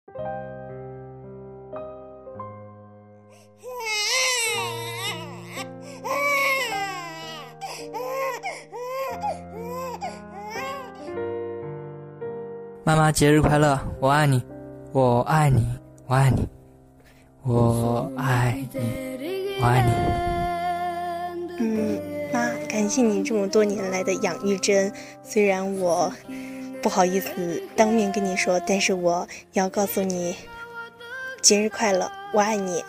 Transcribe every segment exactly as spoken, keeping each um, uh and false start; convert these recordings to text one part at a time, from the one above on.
妈妈节日快乐，我爱你，我爱你，我爱你，我爱你，我爱你。 嗯，妈，感谢你这么多年来的养育之恩，虽然我不好意思当面跟你说，但是我要告诉你，节日快乐，我爱你。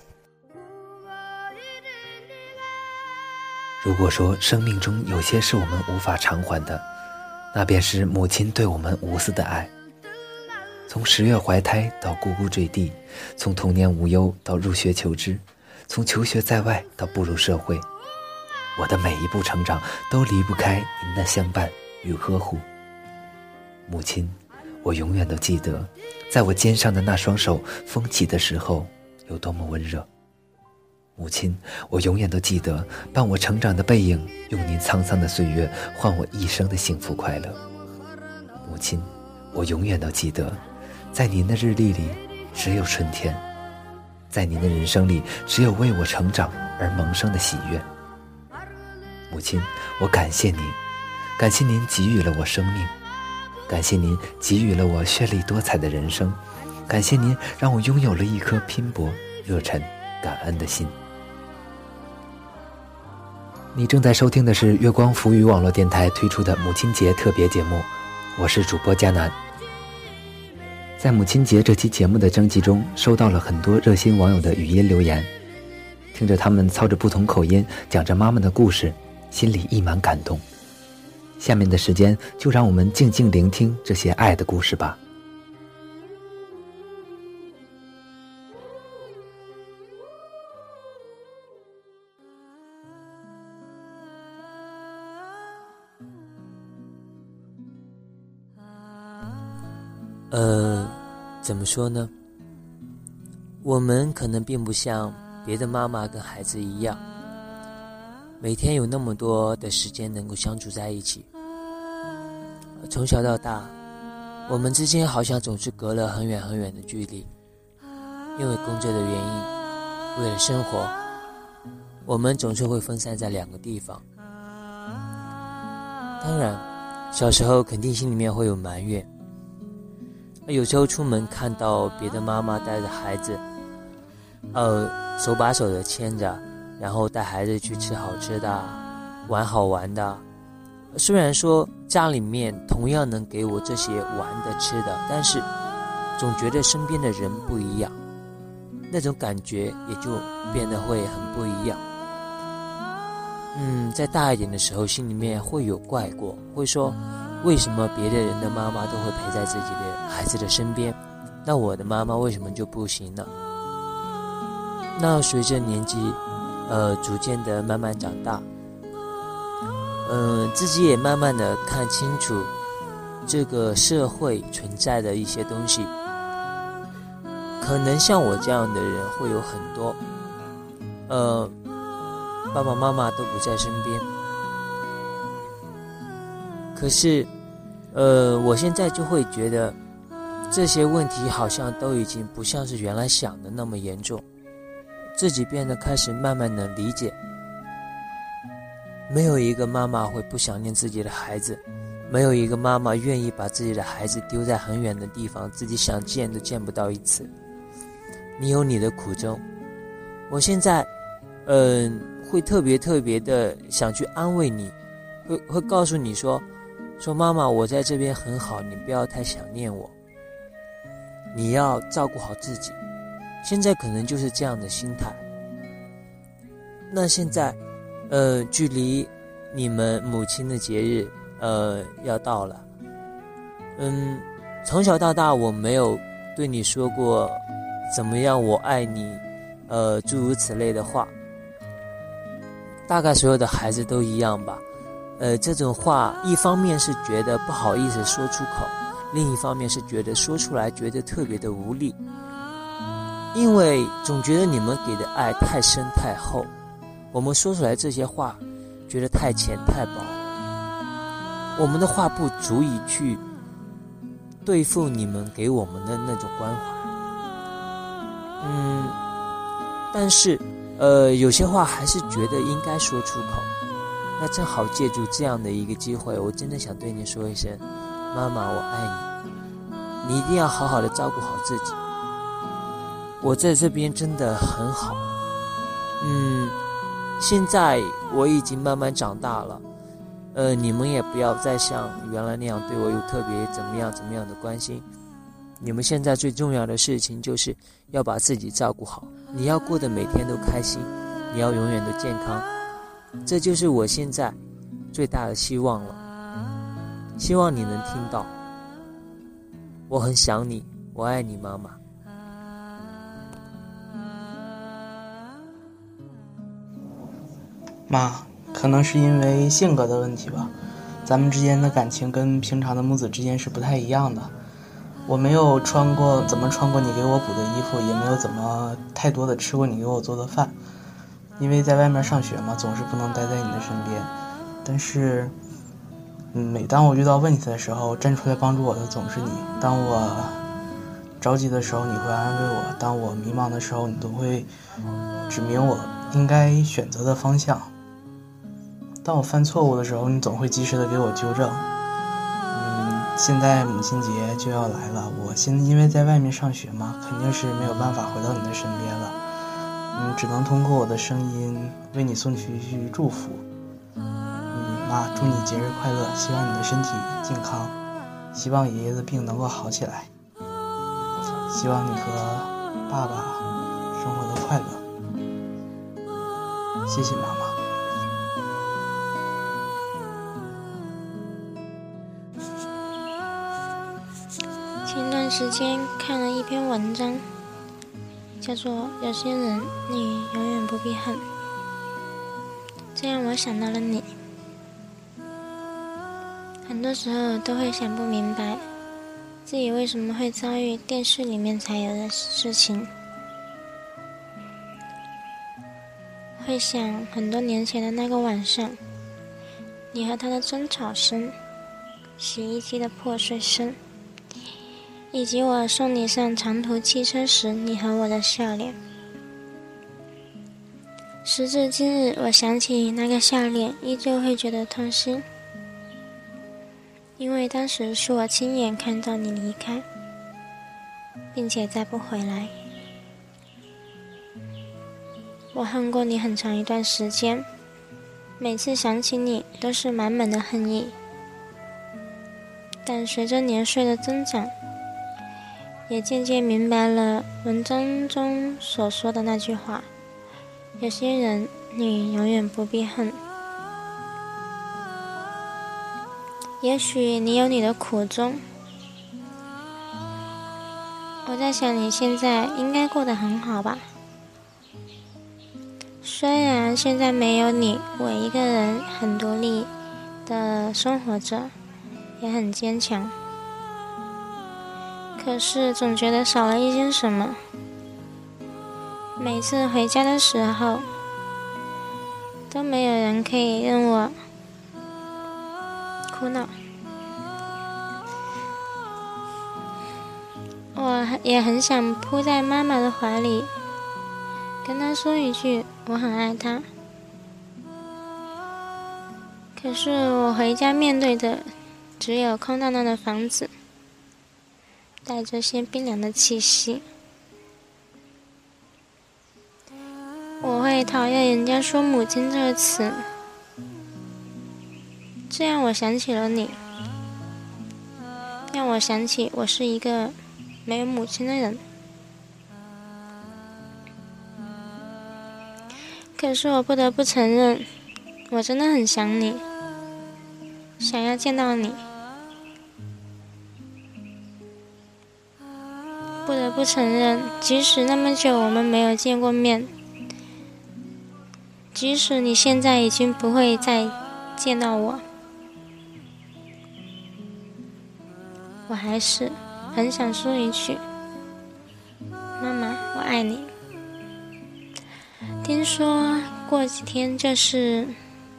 如果说生命中有些是我们无法偿还的，那便是母亲对我们无私的爱。从十月怀胎到呱呱坠地，从童年无忧到入学求知，从求学在外到步入社会，我的每一步成长都离不开您的相伴与呵护。母亲，我永远都记得，在我肩上的那双手风起的时候有多么温热。母亲，我永远都记得，伴我成长的背影，用您沧桑的岁月换我一生的幸福快乐。母亲，我永远都记得，在您的日历里只有春天，在您的人生里只有为我成长而萌生的喜悦。母亲，我感谢您，感谢您给予了我生命，感谢您给予了我绚丽多彩的人生，感谢您让我拥有了一颗拼搏、热忱、感恩的心。你正在收听的是月光浮语网络电台推出的母亲节特别节目，我是主播佳楠。在母亲节这期节目的征集中，收到了很多热心网友的语音留言，听着他们操着不同口音讲着妈妈的故事，心里溢满感动。下面的时间就让我们静静聆听这些爱的故事吧。 呃，怎么说呢？我们可能并不像别的妈妈跟孩子一样，每天有那么多的时间能够相处在一起。从小到大，我们之间好像总是隔了很远很远的距离，因为工作的原因，为了生活，我们总是会分散在两个地方。当然，小时候肯定心里面会有埋怨，有时候出门看到别的妈妈带着孩子，呃，手把手的牵着，然后带孩子去吃好吃的，玩好玩的。虽然说家里面同样能给我这些玩的吃的，但是总觉得身边的人不一样，那种感觉也就变得会很不一样。嗯，再大一点的时候，心里面会有怪过，会说为什么别的人的妈妈都会陪在自己的孩子的身边，那我的妈妈为什么就不行呢？那随着年纪呃逐渐的慢慢长大，嗯、呃，自己也慢慢的看清楚这个社会存在的一些东西。可能像我这样的人会有很多，呃，爸爸妈妈都不在身边。可是，呃，我现在就会觉得这些问题好像都已经不像是原来想的那么严重，自己变得开始慢慢的理解，没有一个妈妈会不想念自己的孩子，没有一个妈妈愿意把自己的孩子丢在很远的地方，自己想见都见不到一次。你有你的苦衷，我现在，嗯、呃，会特别特别的想去安慰你，会会告诉你说。说妈妈，我在这边很好，你不要太想念我，你要照顾好自己。现在可能就是这样的心态。那现在呃距离你们母亲的节日呃要到了，嗯从小到大我没有对你说过怎么样我爱你呃诸如此类的话，大概所有的孩子都一样吧。呃，这种话一方面是觉得不好意思说出口，另一方面是觉得说出来觉得特别的无力，因为总觉得你们给的爱太深太厚，我们说出来这些话觉得太浅太薄，我们的话不足以去对付你们给我们的那种关怀。嗯，但是呃，有些话还是觉得应该说出口。那正好借助这样的一个机会，我真的想对你说一声，妈妈，我爱你，你一定要好好的照顾好自己。我在这边真的很好，嗯，现在我已经慢慢长大了，呃，你们也不要再像原来那样对我有特别怎么样怎么样的关心。你们现在最重要的事情就是要把自己照顾好，你要过得每天都开心，你要永远都健康，这就是我现在最大的希望了。希望你能听到，我很想你，我爱你，妈妈。 妈，可能是因为性格的问题吧，咱们之间的感情跟平常的母子之间是不太一样的。我没有穿过怎么穿过你给我补的衣服，也没有怎么太多的吃过你给我做的饭，因为在外面上学嘛，总是不能待在你的身边。但是嗯，每当我遇到问题的时候，站出来帮助我的总是你。当我着急的时候，你会安慰我；当我迷茫的时候，你都会指明我应该选择的方向。当我犯错误的时候，你总会及时的给我纠正。嗯，现在母亲节就要来了，我现在因为在外面上学嘛，肯定是没有办法回到你的身边了。嗯，只能通过我的声音为你送去一句祝福。嗯，妈，祝你节日快乐，希望你的身体健康，希望爷爷的病能够好起来，希望你和爸爸生活的快乐。谢谢妈妈。 前段时间看了一篇文章，叫做《有些人你永远不必恨》，这让我想到了你。很多时候都会想不明白，自己为什么会遭遇电视里面才有的事情，会想很多年前的那个晚上，你和他的争吵声，洗衣机的破碎声，以及我送你上长途汽车时你和我的笑脸。时至今日，我想起那个笑脸，依旧会觉得痛心，因为当时是我亲眼看到你离开，并且再不回来。我恨过你很长一段时间，每次想起你都是满满的恨意。但随着年岁的增长，也渐渐明白了文章中所说的那句话，有些人你永远不必恨。也许你有你的苦衷，我在想你现在应该过得很好吧。虽然现在没有你，我一个人很独立的生活着，也很坚强，可是总觉得少了一些什么。每次回家的时候，都没有人可以让我哭闹。我也很想扑在妈妈的怀里，跟她说一句我很爱她。可是我回家面对的只有空荡荡的房子，带着些冰凉的气息。我会讨厌人家说母亲这个词，这让我想起了你，让我想起我是一个没有母亲的人。可是我不得不承认，我真的很想你，想要见到你。不得不承认，即使那么久我们没有见过面，即使你现在已经不会再见到我，我还是很想说一句，妈妈，我爱你。听说过几天就是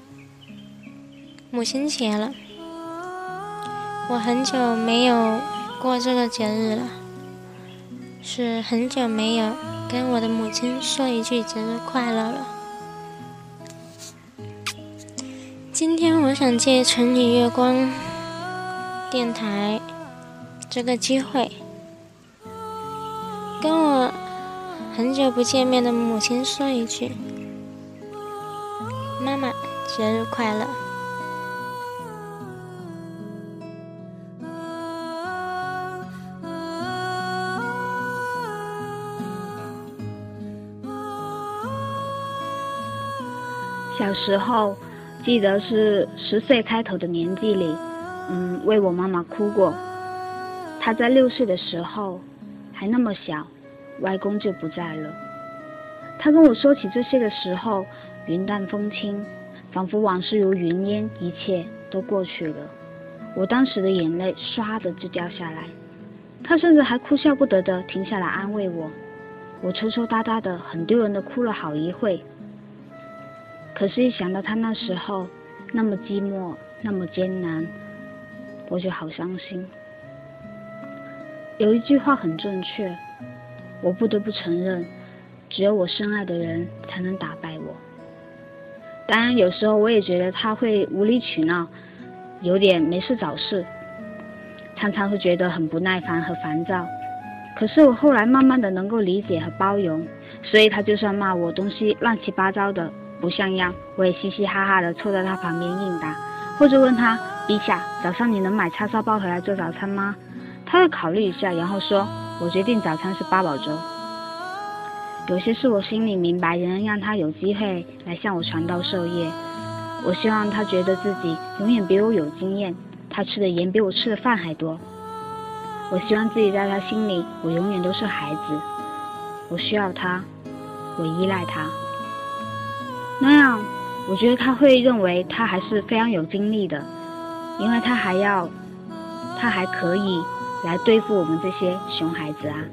母亲节了，我很久没有过这个节日了，是很久没有跟我的母亲说一句节日快乐了。今天我想借城里月光电台这个机会，跟我很久不见面的母亲说一句：妈妈，节日快乐。 小时候记得是十岁开头的年纪里，嗯，为我妈妈哭过。她在六岁的时候还那么小，外公就不在了。她跟我说起这些的时候，云淡风轻，仿佛往事如云烟，一切都过去了。我当时的眼泪唰的就掉下来，她甚至还哭笑不得的停下来安慰我。我抽抽搭搭的很丢人的哭了好一会。可是一想到他那时候那么寂寞，那么艰难，我就好伤心。有一句话很正确，我不得不承认，只有我深爱的人才能打败我。当然有时候我也觉得他会无理取闹，有点没事找事，常常会觉得很不耐烦和烦躁。可是我后来慢慢的能够理解和包容，所以他就算骂我东西乱七八糟的不像样，我也嘻嘻哈哈的凑在他旁边应答，或者问他：陛下，早上你能买叉烧包回来做早餐吗？他会考虑一下，然后说：我决定早餐是八宝粥。有些事我心里明白，仍然让他有机会来向我传道授业。我希望他觉得自己永远比我有经验，他吃的盐比我吃的饭还多。我希望自己在他心里，我永远都是孩子。我需要他，我依赖他。那样我觉得他会认为他还是非常有精力的，因为他还要他还可以来对付我们这些熊孩子啊。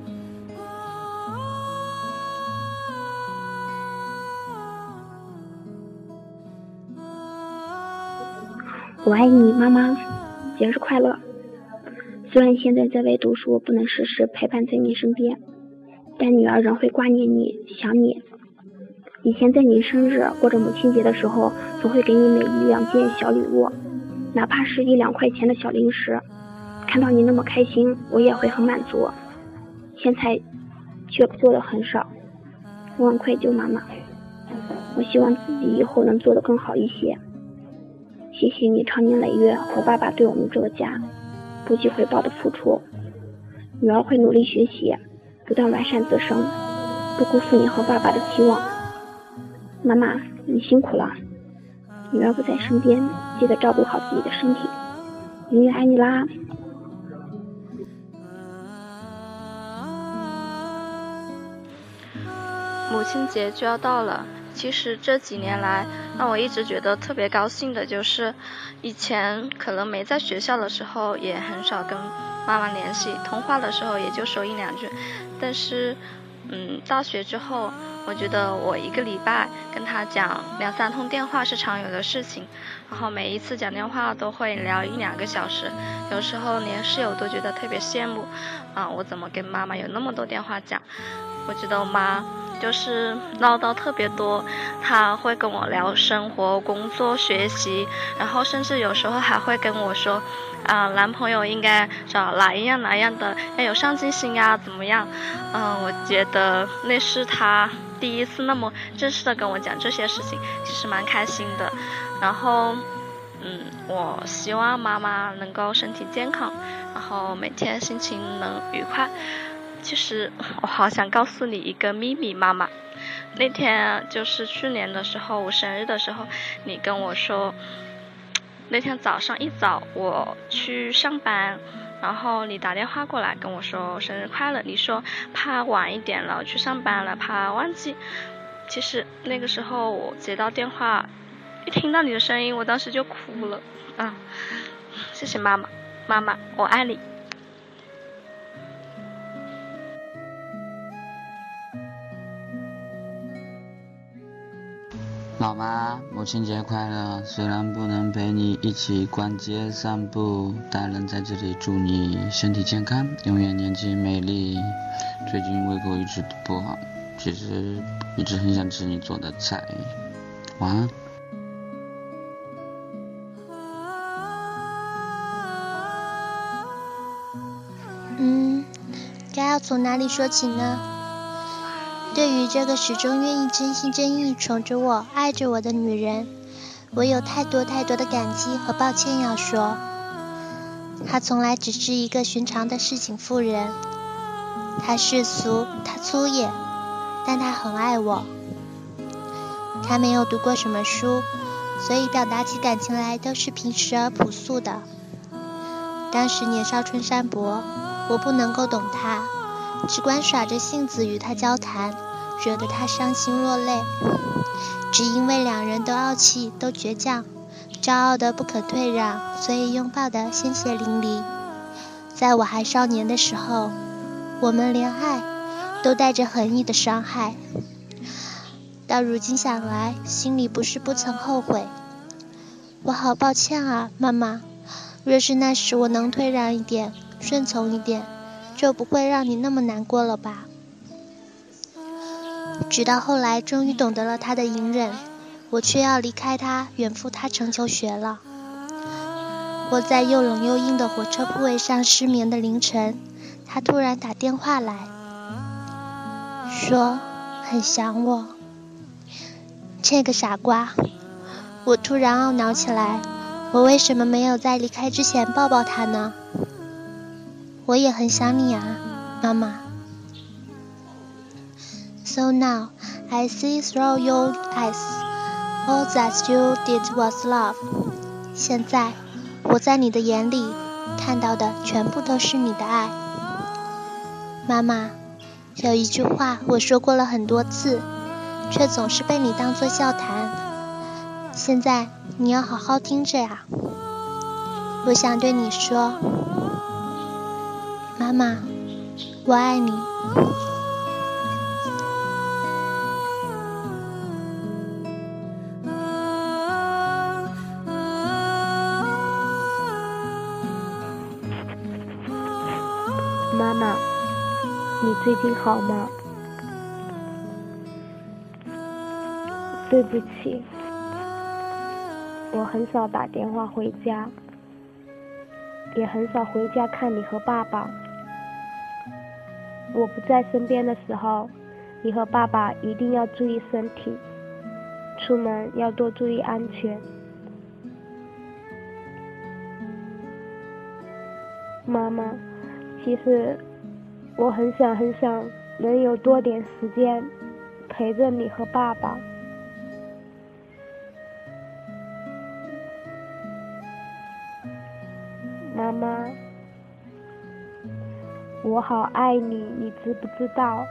我爱你，妈妈，节日快乐。虽然现在在外读书，不能时时陪伴在你身边，但女儿仍会挂念你，想你。以前在你生日或者母亲节的时候，总会给你每一两件小礼物，哪怕是一两块钱的小零食。看到你那么开心，我也会很满足。现在却做的很少，我很愧疚，妈妈。我希望自己以后能做得更好一些。谢谢你长年累月和爸爸对我们这个家不计回报的付出。女儿会努力学习，不断完善自身，不辜负你和爸爸的期望。妈妈，你辛苦了。女儿不在身边，记得照顾好自己的身体。永远爱你啦。 母亲节就要到了，其实这几年来让我一直觉得特别高兴的就是以前可能没在学校的时候也很少跟妈妈联系，通话的时候也就说一两句，但是嗯，大学之后我觉得我一个礼拜跟她讲两三通电话是常有的事情，然后每一次讲电话都会聊一两个小时，有时候连室友都觉得特别羡慕啊，我怎么跟妈妈有那么多电话讲。我觉得我妈就是唠叨特别多，她会跟我聊生活、工作、学习，然后甚至有时候还会跟我说啊、呃，男朋友应该找哪一样哪样的，要有上进心呀，怎么样？嗯、呃，我觉得那是她第一次那么正式的跟我讲这些事情，其实蛮开心的。然后嗯，我希望妈妈能够身体健康，然后每天心情能愉快。其实我好想告诉你一个秘密，妈妈。那天就是去年的时候，我生日的时候，你跟我说，那天早上一早我去上班，然后你打电话过来跟我说生日快乐，你说怕晚一点了去上班了，怕忘记。其实那个时候我接到电话，一听到你的声音，我当时就哭了啊！谢谢妈妈，妈妈，我爱你。 老妈，母亲节快乐！虽然不能陪你一起逛街散步，但能在这里祝你身体健康，永远年轻美丽。最近胃口一直不好，其实一直很想吃你做的菜。晚安。 嗯，该要从哪里说起呢？对于这个始终愿意真心真意宠着我、爱着我的女人，我有太多太多的感激和抱歉要说。她从来只是一个寻常的市井妇人，她世俗，她粗野，但她很爱我。她没有读过什么书，所以表达起感情来都是平实而朴素的。当时年少春山薄，我不能够懂她，只管耍着性子与他交谈，惹得他伤心落泪。只因为两人都傲气，都倔强，骄傲的不可退让，所以拥抱的鲜血淋漓。在我还少年的时候，我们连爱都带着恨意的伤害。到如今想来，心里不是不曾后悔。我好抱歉啊，妈妈。若是那时我能退让一点，顺从一点，就不会让你那么难过了吧。直到后来终于懂得了他的隐忍，我却要离开他，远赴他城求学了。我在又冷又硬的火车铺位上失眠的凌晨，他突然打电话来，说很想我。这个傻瓜，我突然懊恼起来，我为什么没有在离开之前抱抱他呢？我也很想你啊，妈妈。So now, I see through your eyes. All that you did was love. 现在，我在你的眼里看到的全部都是你的爱。妈妈，有一句话我说过了很多次，却总是被你当作笑谈。现在你要好好听着呀。我想对你说，妈妈，我爱你。 妈妈，你最近好吗？对不起，我很少打电话回家，也很少回家看你和爸爸。我不在身边的时候，你和爸爸一定要注意身体，出门要多注意安全。妈妈，其实我很想很想能有多点时间陪着你和爸爸。妈妈，我好爱你，你知不知道？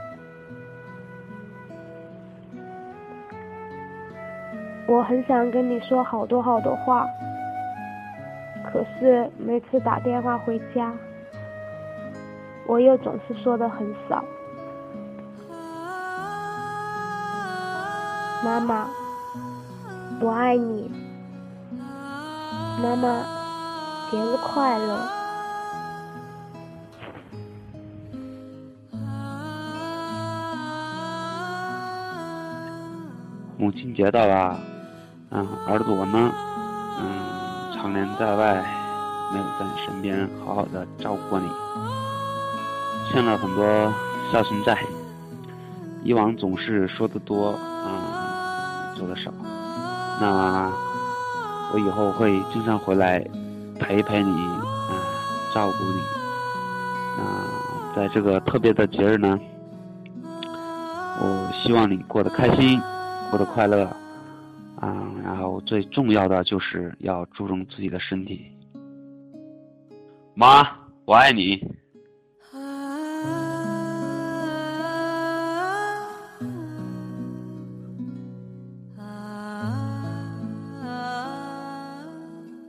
我很想跟你说好多好多话，可是每次打电话回家，我又总是说的很少。妈妈，我爱你。妈妈，节日快乐。 母亲节到了，嗯，儿子我呢，嗯，常年在外，没有在你身边好好的照顾过你，欠了很多孝顺债。以往总是说得多，嗯，做得少。那我以后会经常回来陪陪你，嗯，照顾你。那在这个特别的节日呢，我希望你过得开心，过得快乐，啊，然后最重要的就是要注重自己的身体。妈，我爱你。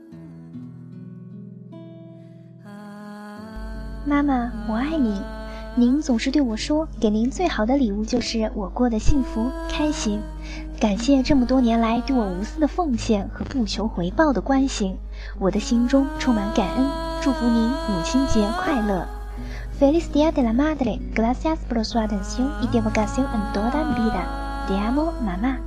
妈妈，我爱你。 您总是对我说，给您最好的礼物就是我过得幸福开心。感谢这么多年来对我无私的奉献和不求回报的关心，我的心中充满感恩。祝福您母亲节快乐。Feliz Día de la Madre. Gracias por su atención y devoción en toda mi vida. Te amo, mamá.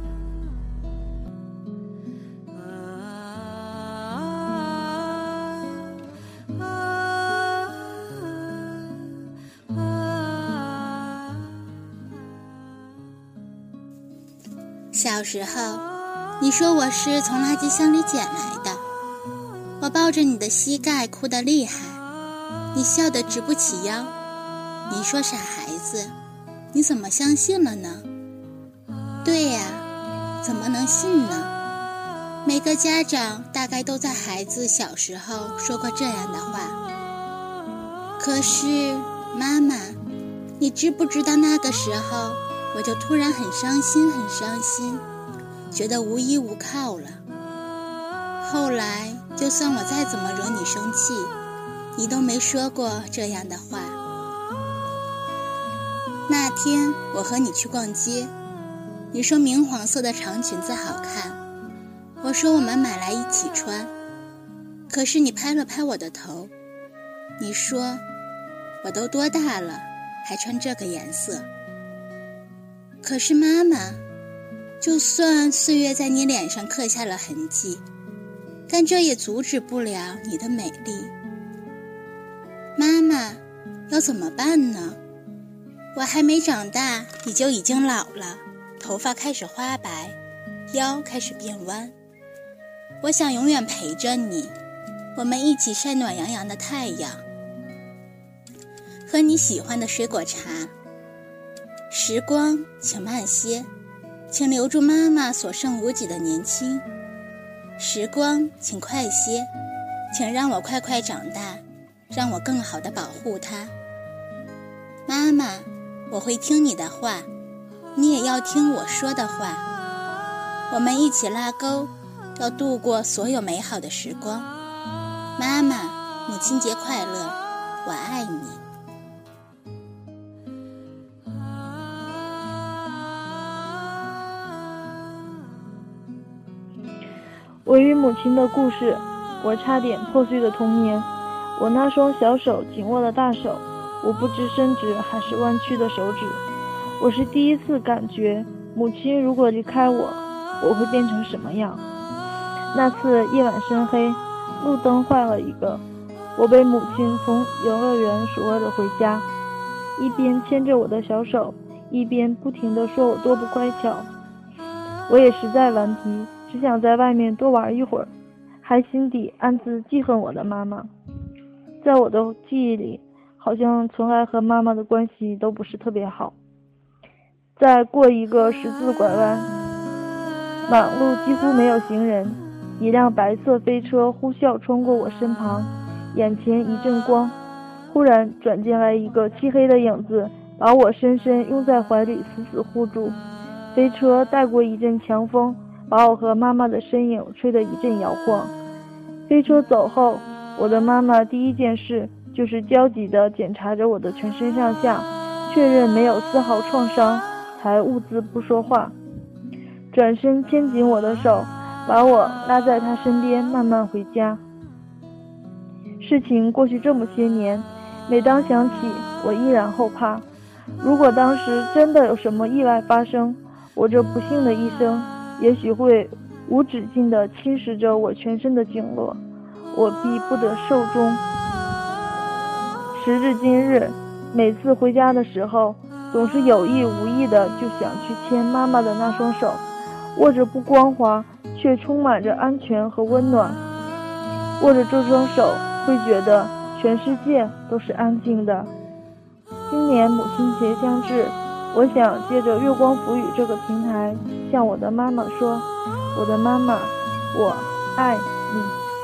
小时候，你说我是从垃圾箱里捡来的，我抱着你的膝盖哭得厉害，你笑得直不起腰。你说傻孩子，你怎么相信了呢？对呀，怎么能信呢？每个家长大概都在孩子小时候说过这样的话。可是，妈妈，你知不知道那个时候我就突然很伤心很伤心，觉得无依无靠了。后来就算我再怎么惹你生气，你都没说过这样的话。那天我和你去逛街，你说明黄色的长裙子好看，我说我们买来一起穿。可是你拍了拍我的头，你说我都多大了还穿这个颜色。可是妈妈，就算岁月在你脸上刻下了痕迹，但这也阻止不了你的美丽。妈妈，要怎么办呢？我还没长大，你就已经老了，头发开始花白，腰开始变弯。我想永远陪着你，我们一起晒暖洋洋的太阳，喝你喜欢的水果茶。时光，请慢些，请留住妈妈所剩无几的年轻。时光，请快些，请让我快快长大，让我更好地保护她。妈妈，我会听你的话，你也要听我说的话。我们一起拉钩，要度过所有美好的时光。妈妈，母亲节快乐，我爱你。 我与母亲的故事，我差点破碎的童年，我那双小手紧握的大手，我不知伸直还是弯曲的手指。我是第一次感觉，母亲如果离开我，我会变成什么样。那次夜晚深黑，路灯坏了一个，我被母亲从游乐园数落着回家，一边牵着我的小手，一边不停地说我多不乖巧。我也实在顽皮，只想在外面多玩一会儿，还心底暗自记恨我的妈妈。在我的记忆里，好像从来和妈妈的关系都不是特别好。再过一个十字拐弯，马路几乎没有行人，一辆白色飞车呼啸穿过我身旁，眼前一阵光，忽然转进来一个漆黑的影子，把我深深拥在怀里，死死护住。飞车带过一阵强风，把我和妈妈的身影吹得一阵摇晃。飞车走后，我的妈妈第一件事就是焦急地检查着我的全身上下，确认没有丝毫创伤，才兀自不说话。转身牵紧我的手，把我拉在她身边，慢慢回家。事情过去这么些年，每当想起，我依然后怕。如果当时真的有什么意外发生，我这不幸的一生也许会无止境地侵蚀着我全身的经络，我必不得寿终。时至今日，每次回家的时候，总是有意无意的就想去牵妈妈的那双手，握着不光滑，却充满着安全和温暖。握着这双手，会觉得全世界都是安静的。今年母亲节将至，我想借着月光浮语这个平台，向我的妈妈说，我的妈妈，我爱你。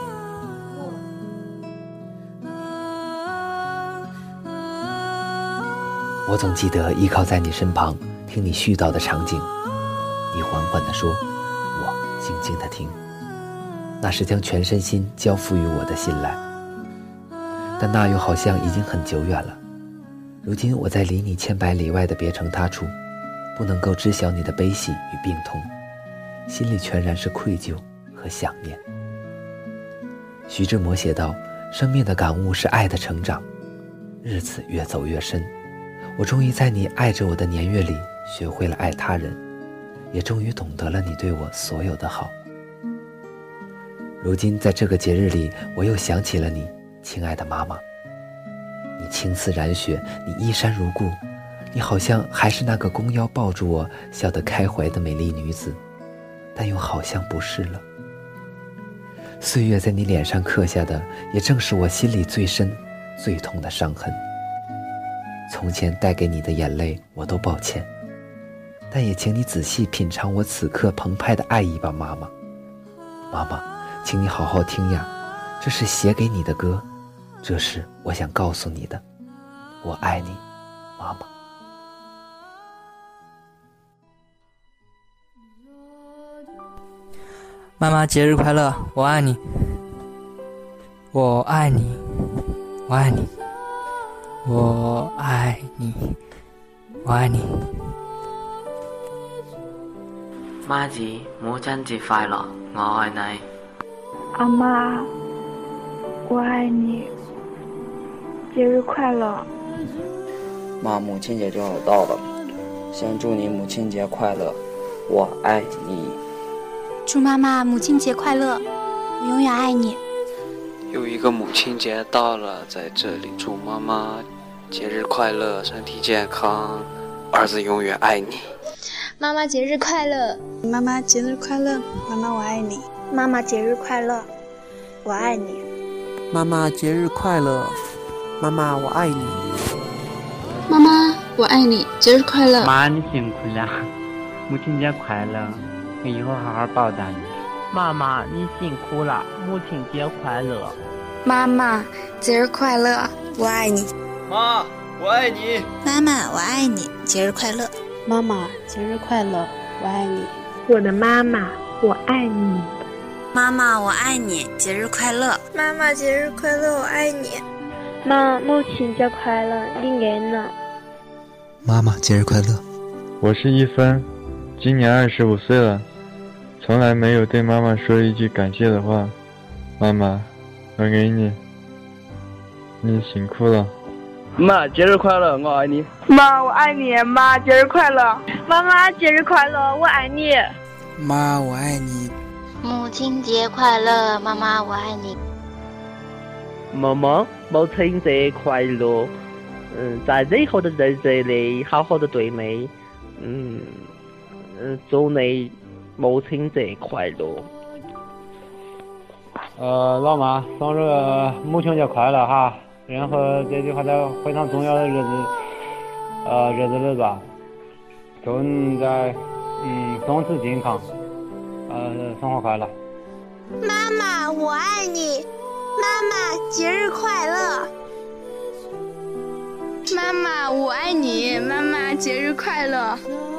我总记得依靠在你身旁，听你絮叨的场景。你缓缓地说，我静静地听。那是将全身心交付于我的信赖，但那又好像已经很久远了。 如今我在离你千百里外的别城他处，不能够知晓你的悲喜与病痛，心里全然是愧疚和想念。徐志摩写道，生命的感悟是爱的成长，日子越走越深，我终于在你爱着我的年月里学会了爱他人，也终于懂得了你对我所有的好。如今在这个节日里，我又想起了你，亲爱的妈妈。你青丝染雪，你衣衫如故，你好像还是那个弓腰抱住我笑得开怀的美丽女子，但又好像不是了。岁月在你脸上刻下的，也正是我心里最深最痛的伤痕。从前带给你的眼泪我都抱歉，但也请你仔细品尝我此刻澎湃的爱意吧，妈妈。妈妈，请你好好听呀，这是写给你的歌，这是我想告诉你的，我爱你，妈妈。 妈妈节日快乐，我爱你，我爱你，我爱你，我爱你，我愛你。 媽子，母親節快樂，我愛你。 阿媽，我愛你，節日快樂。 媽，母親節就要到了，先祝你母親節快樂，我愛你。 祝媽媽母親節快樂，我永遠愛你。 又一個母親節到了，在這裡祝媽媽節日快樂，身體健康，兒子永遠愛你。 媽媽節日快樂， 媽媽節日快樂，媽媽我愛你。媽媽節日快樂，我愛你。 媽媽節日快樂，媽媽我愛你。 媽媽我愛你，節日快樂。 媽你辛苦了，母親節快樂，我以後好好報答你。 媽媽你辛苦了，母親節快樂。 媽媽節日快樂，我愛你。 媽我愛你。 媽媽我愛你，節日快樂。 媽媽節日快樂，我愛你。 我的媽媽我愛你。 媽媽我愛你，節日快樂。 媽媽節日快樂，我愛你。 媽母親節快樂，你愛呢？ 媽媽節日快樂。 我是一芬，今年二十五歲了，從來沒有對媽媽說一句感謝的話。媽媽，我給你，你辛苦了。 媽節日快樂，我愛你。 媽我愛你，媽節日快樂。媽媽節日快樂，我愛你。 媽我愛你。 母親節快樂，媽媽我愛你。 媽媽母親節快樂，嗯，在以後的日子裏好好的對你，嗯嗯，祝你母親節快樂。 呃，老媽，生日母親節快樂哈！然後這句話在非常重要的日子，呃，日子里吧，祝你在嗯鬆弛健康，呃，生活快樂。 媽媽，我愛你。媽媽，節日快樂。 媽媽，我愛你。媽媽，節日快樂。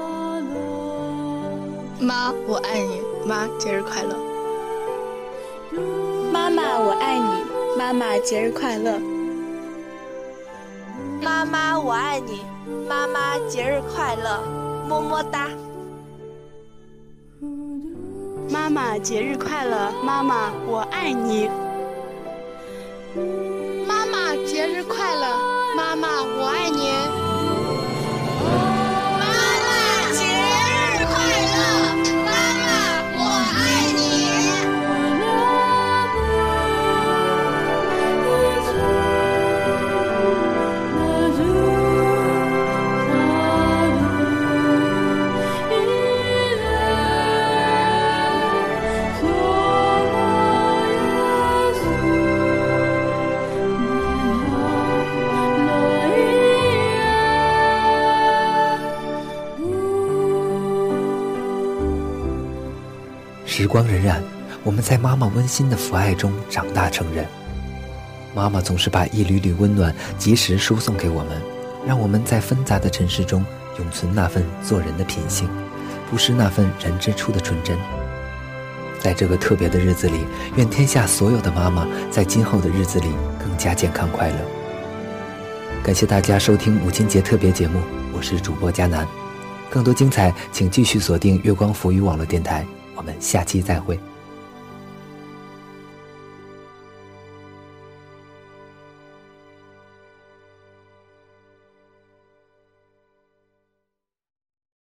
媽，我愛你。媽，節日快樂。 媽媽，我愛你。媽媽，節日快樂。 媽媽，我愛你。媽媽，節日快樂。麼麼噠。 媽媽，節日快樂。媽媽，我愛你。 媽媽，節日快樂。媽媽，我愛你。媽媽，節日快樂。媽媽，我愛你。 时光荏苒，我们在妈妈温馨的抚爱中长大成人。妈妈总是把一缕缕温暖及时输送给我们，让我们在纷杂的尘世中永存那份做人的品性，不失那份人之初的纯真。在这个特别的日子里，愿天下所有的妈妈在今后的日子里更加健康快乐。 感谢大家收听母亲节特别节目，我是主播佳南。更多精彩请继续锁定月光浮语网络电台，我们下期再会。